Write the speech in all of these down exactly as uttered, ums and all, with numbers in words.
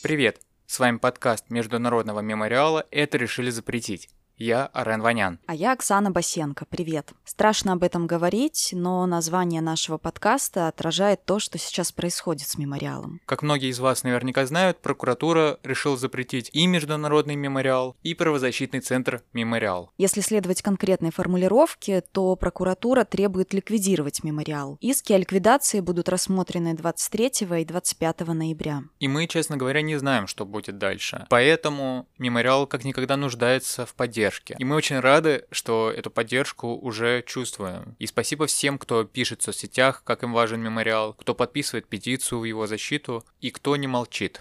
Привет! С вами подкаст Международного мемориала «Это решили запретить». Я Арен Ванян. А я Оксана Басенко. Привет. Страшно об этом говорить, но название нашего подкаста отражает то, что сейчас происходит с мемориалом. Как многие из вас наверняка знают, прокуратура решила запретить и Международный мемориал, и правозащитный центр «Мемориал». Если следовать конкретной формулировке, то прокуратура требует ликвидировать мемориал. Иски о ликвидации будут рассмотрены двадцать третьего и двадцать пятого ноября. И мы, честно говоря, не знаем, что будет дальше. Поэтому мемориал как никогда нуждается в поддержке. И мы очень рады, что эту поддержку уже чувствуем. И спасибо всем, кто пишет в соцсетях, как им важен мемориал, кто подписывает петицию в его защиту и кто не молчит.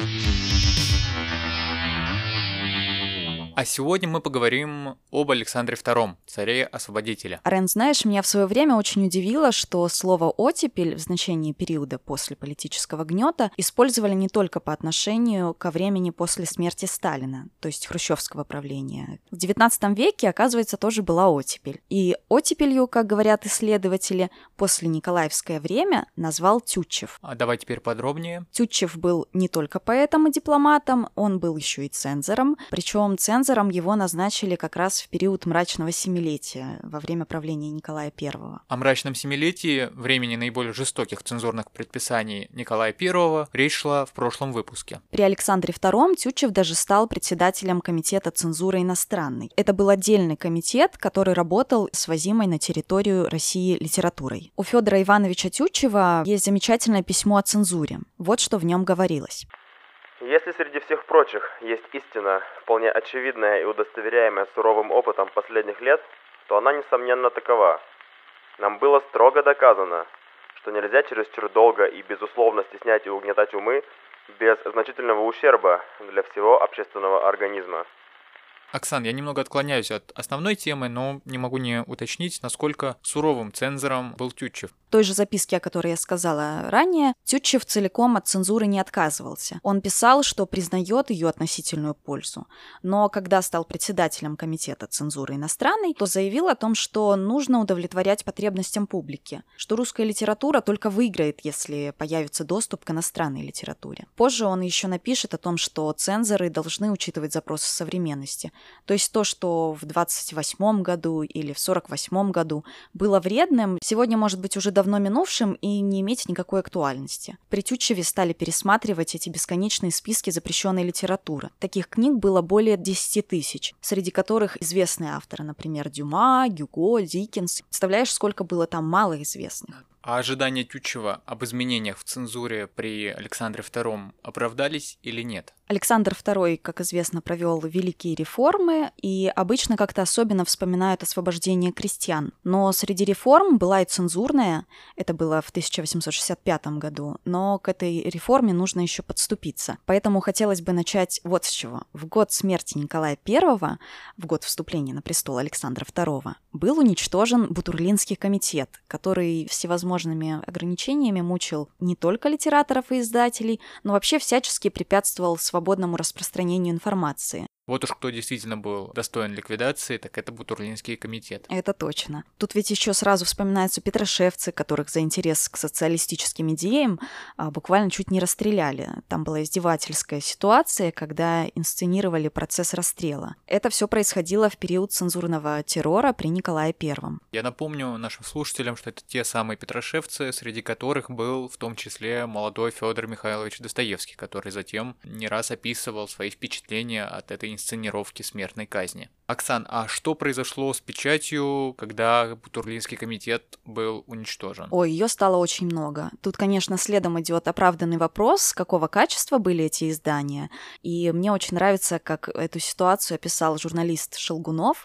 А сегодня мы поговорим об Александре втором, царе-освободителе. Арен, знаешь, меня в свое время очень удивило, что слово «оттепель» в значении периода после политического гнета использовали не только по отношению ко времени после смерти Сталина, то есть хрущевского правления. В девятнадцатом веке, оказывается, тоже была оттепель. И оттепелью, как говорят исследователи, после Николаевское время назвал Тютчев. А давай теперь подробнее. Тютчев был не только поэтом и дипломатом, он был еще и цензором, причем цензором его назначили как раз в период мрачного семилетия во время правления Николая Первого. О мрачном семилетии, времени наиболее жестоких цензурных предписаний Николая Первого, речь шла в прошлом выпуске. При Александре втором Тютчев даже стал председателем комитета цензуры иностранной. Это был отдельный комитет, который работал с возимой на территорию России литературой. У Федора Ивановича Тютчева есть замечательное письмо о цензуре. Вот что в нем говорилось. Если среди всех прочих есть истина, вполне очевидная и удостоверяемая суровым опытом последних лет, то она, несомненно, такова. Нам было строго доказано, что нельзя чересчур долго и безусловно стеснять и угнетать умы без значительного ущерба для всего общественного организма. Оксан, я немного отклоняюсь от основной темы, но не могу не уточнить, насколько суровым цензором был Тютчев. В той же записке, о которой я сказала ранее, Тютчев целиком от цензуры не отказывался. Он писал, что признает ее относительную пользу. Но когда стал председателем комитета цензуры иностранной, то заявил о том, что нужно удовлетворять потребностям публики, что русская литература только выиграет, если появится доступ к иностранной литературе. Позже он еще напишет о том, что цензоры должны учитывать запросы современности. То есть то, что в двадцать восьмом году или в сорок восьмом году было вредным, сегодня может быть уже давно минувшим и не иметь никакой актуальности. При Тютчеве стали пересматривать эти бесконечные списки запрещенной литературы. Таких книг было более десяти тысяч, среди которых известные авторы, например, Дюма, Гюго, Диккенс. Представляешь, сколько было там малоизвестных? А ожидания Тютчева об изменениях в цензуре при Александре втором оправдались или нет? Александр второй, как известно, провел великие реформы, и обычно как-то особенно вспоминают освобождение крестьян. Но среди реформ была и цензурная, это было в тысяча восемьсот шестьдесят пятом году, но к этой реформе нужно еще подступиться. Поэтому хотелось бы начать вот с чего. В год смерти Николая Первого, в год вступления на престол Александра второго, был уничтожен Бутурлинский комитет, который всевозможными ограничениями мучил не только литераторов и издателей, но вообще всячески препятствовал свободному свободному распространению информации. Вот уж кто действительно был достоин ликвидации, так это Бутурлинский комитет. Это точно. Тут ведь еще сразу вспоминаются петрошевцы, которых за интерес к социалистическим идеям а, буквально чуть не расстреляли. Там была издевательская ситуация, когда инсценировали процесс расстрела. Это все происходило в период цензурного террора при Николае Первом. Я напомню нашим слушателям, что это те самые петрошевцы, среди которых был в том числе молодой Федор Михайлович Достоевский, который затем не раз описывал свои впечатления от этой инсценировки смертной казни. Оксан, а что произошло с печатью, когда Бутурлинский комитет был уничтожен? Ой, ее стало очень много. Тут, конечно, следом идет оправданный вопрос, какого качества были эти издания. И мне очень нравится, как эту ситуацию описал журналист Шелгунов.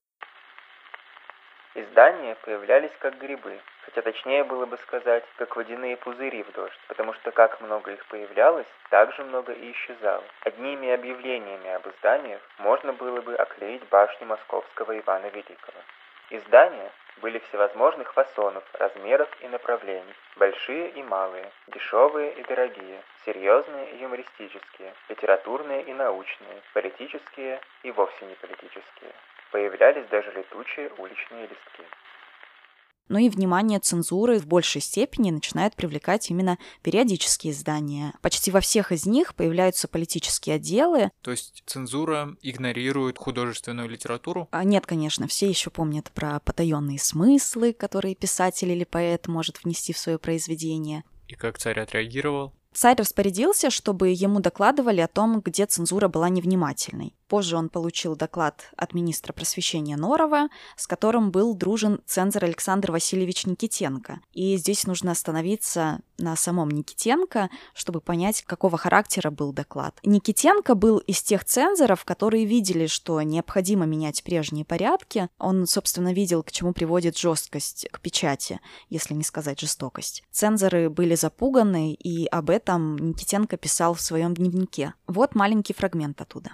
Издания появлялись как грибы, хотя точнее было бы сказать, как водяные пузыри в дождь, потому что как много их появлялось, так же много и исчезало. Одними объявлениями об изданиях можно было бы оклеить башню московского Ивана Великого. Издания были всевозможных фасонов, размеров и направлений, большие и малые, дешевые и дорогие, серьезные и юмористические, литературные и научные, политические и вовсе не политические. Появлялись даже летучие уличные листки. Ну и внимание цензуры в большей степени начинают привлекать именно периодические издания. Почти во всех из них появляются политические отделы. То есть цензура игнорирует художественную литературу? А нет, конечно, все еще помнят про потаенные смыслы, которые писатель или поэт может внести в свое произведение. И как царь отреагировал? Царь распорядился, чтобы ему докладывали о том, где цензура была невнимательной. Позже он получил доклад от министра просвещения Норова, с которым был дружен цензор Александр Васильевич Никитенко. И здесь нужно остановиться на самом Никитенко, чтобы понять, какого характера был доклад. Никитенко был из тех цензоров, которые видели, что необходимо менять прежние порядки. Он, собственно, видел, к чему приводит жесткость к печати, если не сказать жестокость. Цензоры были запуганы, и об этом Никитенко писал в своем дневнике. Вот маленький фрагмент оттуда.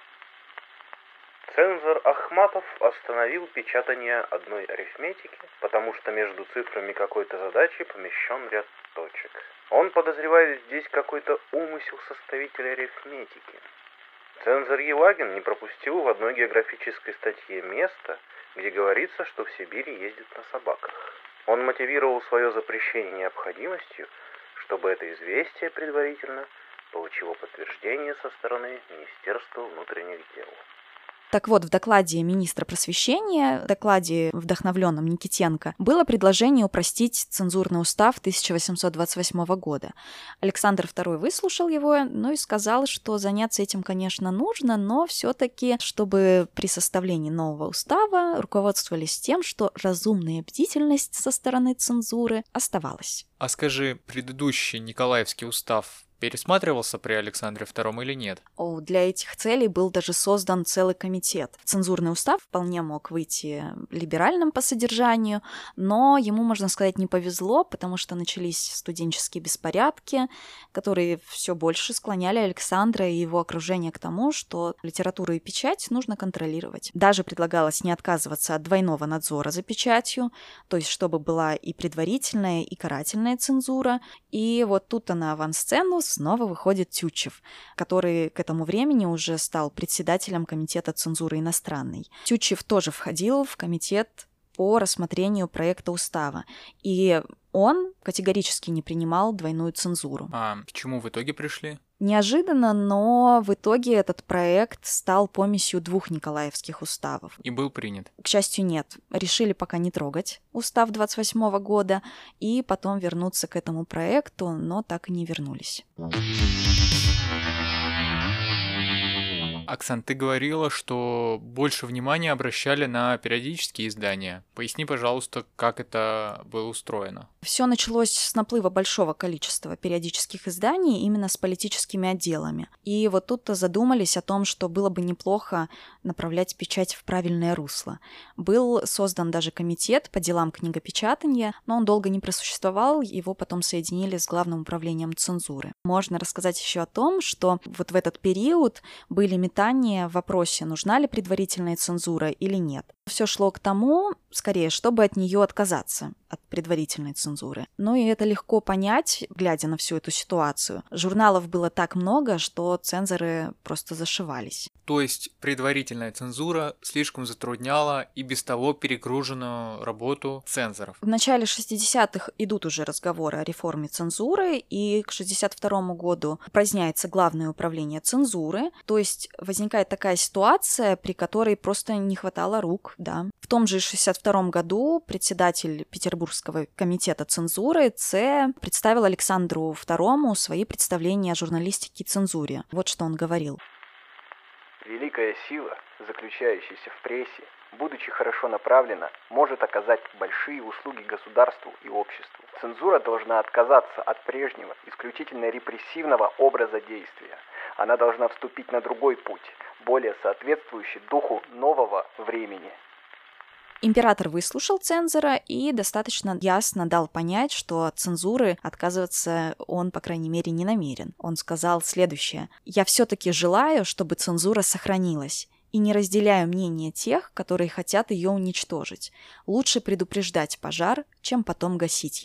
Цензор Ахматов остановил печатание одной арифметики, потому что между цифрами какой-то задачи помещен ряд точек. Он подозревает здесь какой-то умысел составителя арифметики. Цензор Елагин не пропустил в одной географической статье место, где говорится, что в Сибири ездят на собаках. Он мотивировал свое запрещение необходимостью, чтобы это известие предварительно получило подтверждение со стороны Министерства внутренних дел. Так вот, в докладе министра просвещения, в докладе, вдохновленном Никитенко, было предложение упростить цензурный устав тысяча восемьсот двадцать восьмого года. Александр второй выслушал его, ну и сказал, что заняться этим, конечно, нужно, но все-таки, чтобы при составлении нового устава руководствовались тем, что разумная бдительность со стороны цензуры оставалась. А скажи, предыдущий Николаевский устав пересматривался при Александре втором или нет? О, для этих целей был даже создан целый комитет. Цензурный устав вполне мог выйти либеральным по содержанию, но ему, можно сказать, не повезло, потому что начались студенческие беспорядки, которые все больше склоняли Александра и его окружение к тому, что литературу и печать нужно контролировать. Даже предлагалось не отказываться от двойного надзора за печатью, то есть чтобы была и предварительная, и карательная цензура. И вот тут-то на авансцену снова выходит Тютчев, который к этому времени уже стал председателем комитета цензуры иностранной. Тютчев тоже входил в комитет по рассмотрению проекта устава, и он категорически не принимал двойную цензуру. А к чему в итоге пришли? Неожиданно, но в итоге этот проект стал помесью двух николаевских уставов. И был принят? К счастью, нет. Решили пока не трогать устав двадцать восьмого года и потом вернуться к этому проекту, но так и не вернулись. Оксан, ты говорила, что больше внимания обращали на периодические издания. Поясни, пожалуйста, как это было устроено. Все началось с наплыва большого количества периодических изданий именно с политическими отделами. И вот тут-то задумались о том, что было бы неплохо направлять печать в правильное русло. Был создан даже комитет по делам книгопечатания, но он долго не просуществовал, его потом соединили с Главным управлением цензуры. Можно рассказать еще о том, что вот в этот период были метания в вопросе, нужна ли предварительная цензура или нет. Все шло к тому, скорее, чтобы от нее отказаться, от предварительной цензуры. Ну и это легко понять, глядя на всю эту ситуацию. Журналов было так много, что цензоры просто зашивались. То есть предварительная цензура слишком затрудняла и без того перегруженную работу цензоров. В начале шестидесятых идут уже разговоры о реформе цензуры, и к шестьдесят второму году упраздняется Главное управление цензуры, то есть возникает такая ситуация, при которой просто не хватало рук, да. В том же шестьдесят втором году председатель Петербургского комитета цензуры Ц. представил Александру второму свои представления о журналистике и цензуре. Вот что он говорил. Великая сила, заключающаяся в прессе, будучи хорошо направлена, может оказать большие услуги государству и обществу. Цензура должна отказаться от прежнего, исключительно репрессивного образа действия. Она должна вступить на другой путь, более соответствующий духу нового времени. Император выслушал цензора и достаточно ясно дал понять, что от цензуры отказываться он, по крайней мере, не намерен. Он сказал следующее: «Я все-таки желаю, чтобы цензура сохранилась, и не разделяю мнение тех, которые хотят ее уничтожить. Лучше предупреждать пожар, чем потом гасить его».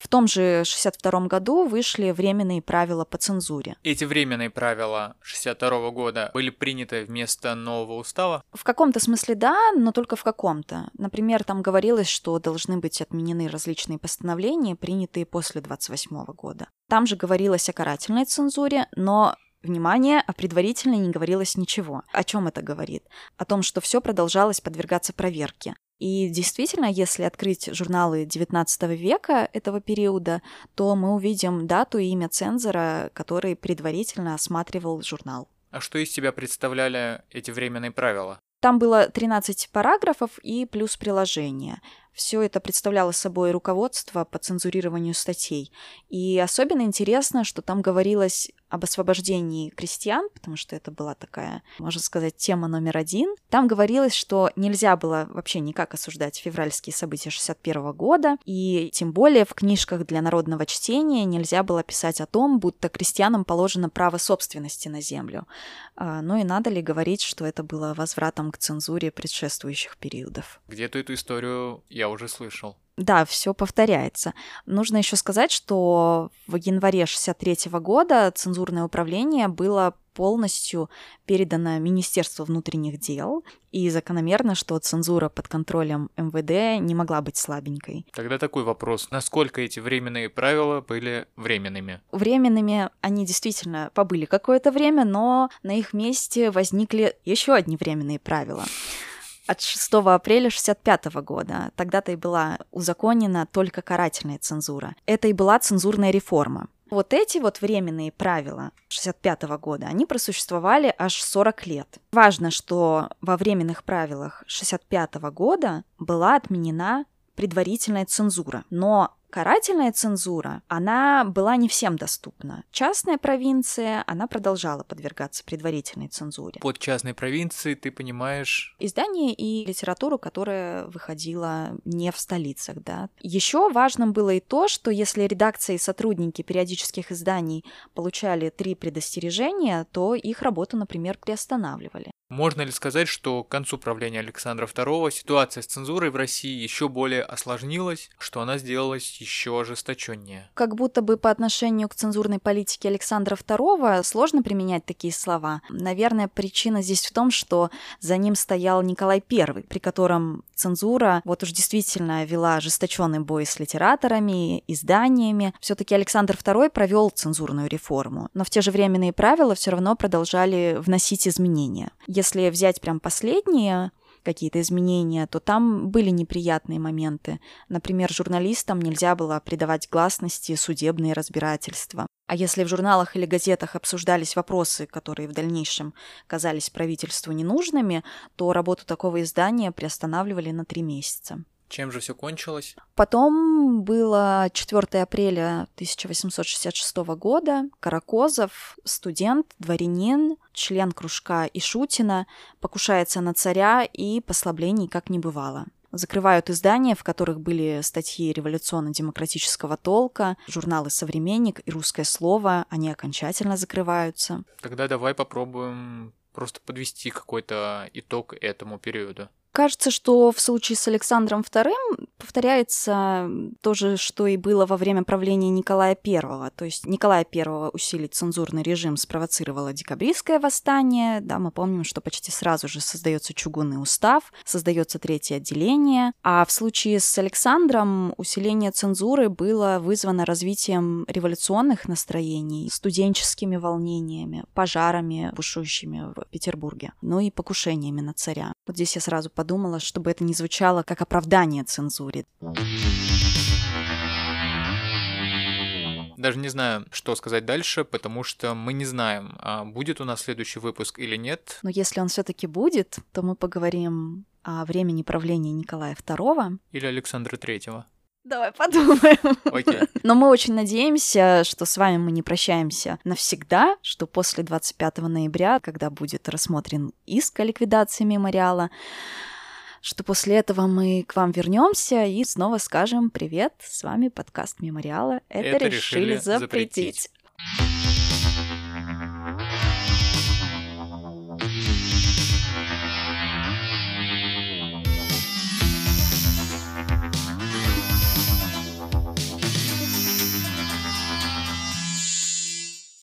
В том же шестьдесят втором году вышли временные правила по цензуре. Эти временные правила шестьдесят второго года были приняты вместо нового устава? В каком-то смысле да, но только в каком-то. Например, там говорилось, что должны быть отменены различные постановления, принятые после двадцать восьмого года. Там же говорилось о карательной цензуре, но внимание, а предварительно не говорилось ничего. О чем это говорит? О том, что все продолжалось подвергаться проверке. И действительно, если открыть журналы девятнадцатого века этого периода, то мы увидим дату и имя цензора, который предварительно осматривал журнал. А что из себя представляли эти временные правила? Там было тринадцать параграфов и плюс приложение. Все это представляло собой руководство по цензурированию статей. И особенно интересно, что там говорилось об освобождении крестьян, потому что это была такая, можно сказать, тема номер один. Там говорилось, что нельзя было вообще никак осуждать февральские события шестьдесят первого года, и тем более в книжках для народного чтения нельзя было писать о том, будто крестьянам положено право собственности на землю. Ну и надо ли говорить, что это было возвратом к цензуре предшествующих периодов? Где-то эту историю я уже слышал. Да, все повторяется. Нужно еще сказать, что в январе шестьдесят третьего года цензурное управление было полностью передано Министерству внутренних дел, и закономерно, что цензура под контролем эм вэ дэ не могла быть слабенькой. Тогда такой вопрос. Насколько эти временные правила были временными? Временными они действительно побыли какое-то время, но на их месте возникли еще одни временные правила. От шестого апреля шестьдесят пятого года. Тогда-то и была узаконена только карательная цензура. Это и была цензурная реформа. Вот эти вот временные правила шестьдесят пятого года, они просуществовали аж сорок лет. Важно, что во временных правилах шестьдесят пятого года была отменена предварительная цензура, но карательная цензура, она была не всем доступна. Частная провинция, она продолжала подвергаться предварительной цензуре. Под частной провинцией ты понимаешь... Издания и литературу, которая выходила не в столицах, да. Еще важным было и то, что если редакции и сотрудники периодических изданий получали три предостережения, то их работу, например, приостанавливали. Можно ли сказать, что к концу правления Александра второго ситуация с цензурой в России еще более осложнилась, что она сделалась еще ожесточеннее? Как будто бы по отношению к цензурной политике Александра второго сложно применять такие слова. Наверное, причина здесь в том, что за ним стоял Николай Первый, при котором цензура вот уж действительно вела ожесточенный бой с литераторами, изданиями. Все-таки Александр второй провел цензурную реформу, но в те же временные правила все равно продолжали вносить изменения. Если взять прям последние какие-то изменения, то там были неприятные моменты. Например, журналистам нельзя было придавать гласности судебные разбирательства. А если в журналах или газетах обсуждались вопросы, которые в дальнейшем казались правительству ненужными, то работу такого издания приостанавливали на три месяца. Чем же все кончилось? Потом было четвёртого апреля тысяча восемьсот шестьдесят шестого года. Каракозов, студент, дворянин, член кружка Ишутина, покушается на царя, и послаблений как не бывало. Закрывают издания, в которых были статьи революционно-демократического толка, журналы «Современник» и «Русское слово», они окончательно закрываются. Тогда давай попробуем просто подвести какой-то итог этому периоду. Кажется, что в случае с Александром вторым повторяется то же, что и было во время правления Николая Первого. То есть Николая Первого усилить цензурный режим спровоцировало декабристское восстание. Да, мы помним, что почти сразу же создается чугунный устав, создается третье отделение. А в случае с Александром усиление цензуры было вызвано развитием революционных настроений, студенческими волнениями, пожарами, бушующими в Петербурге, ну и покушениями на царя. Вот здесь я сразу подумала, чтобы это не звучало как оправдание цензуре. Даже не знаю, что сказать дальше, потому что мы не знаем, будет у нас следующий выпуск или нет. Но если он все-таки будет, то мы поговорим о времени правления Николая второго. Или Александра третьего. Давай подумаем. Окей. Но мы очень надеемся, что с вами мы не прощаемся навсегда, что после двадцать пятого ноября, когда будет рассмотрен иск о ликвидации мемориала, что после этого мы к вам вернемся и снова скажем привет. С вами подкаст Мемориала. Это, Это решили, решили запретить. запретить.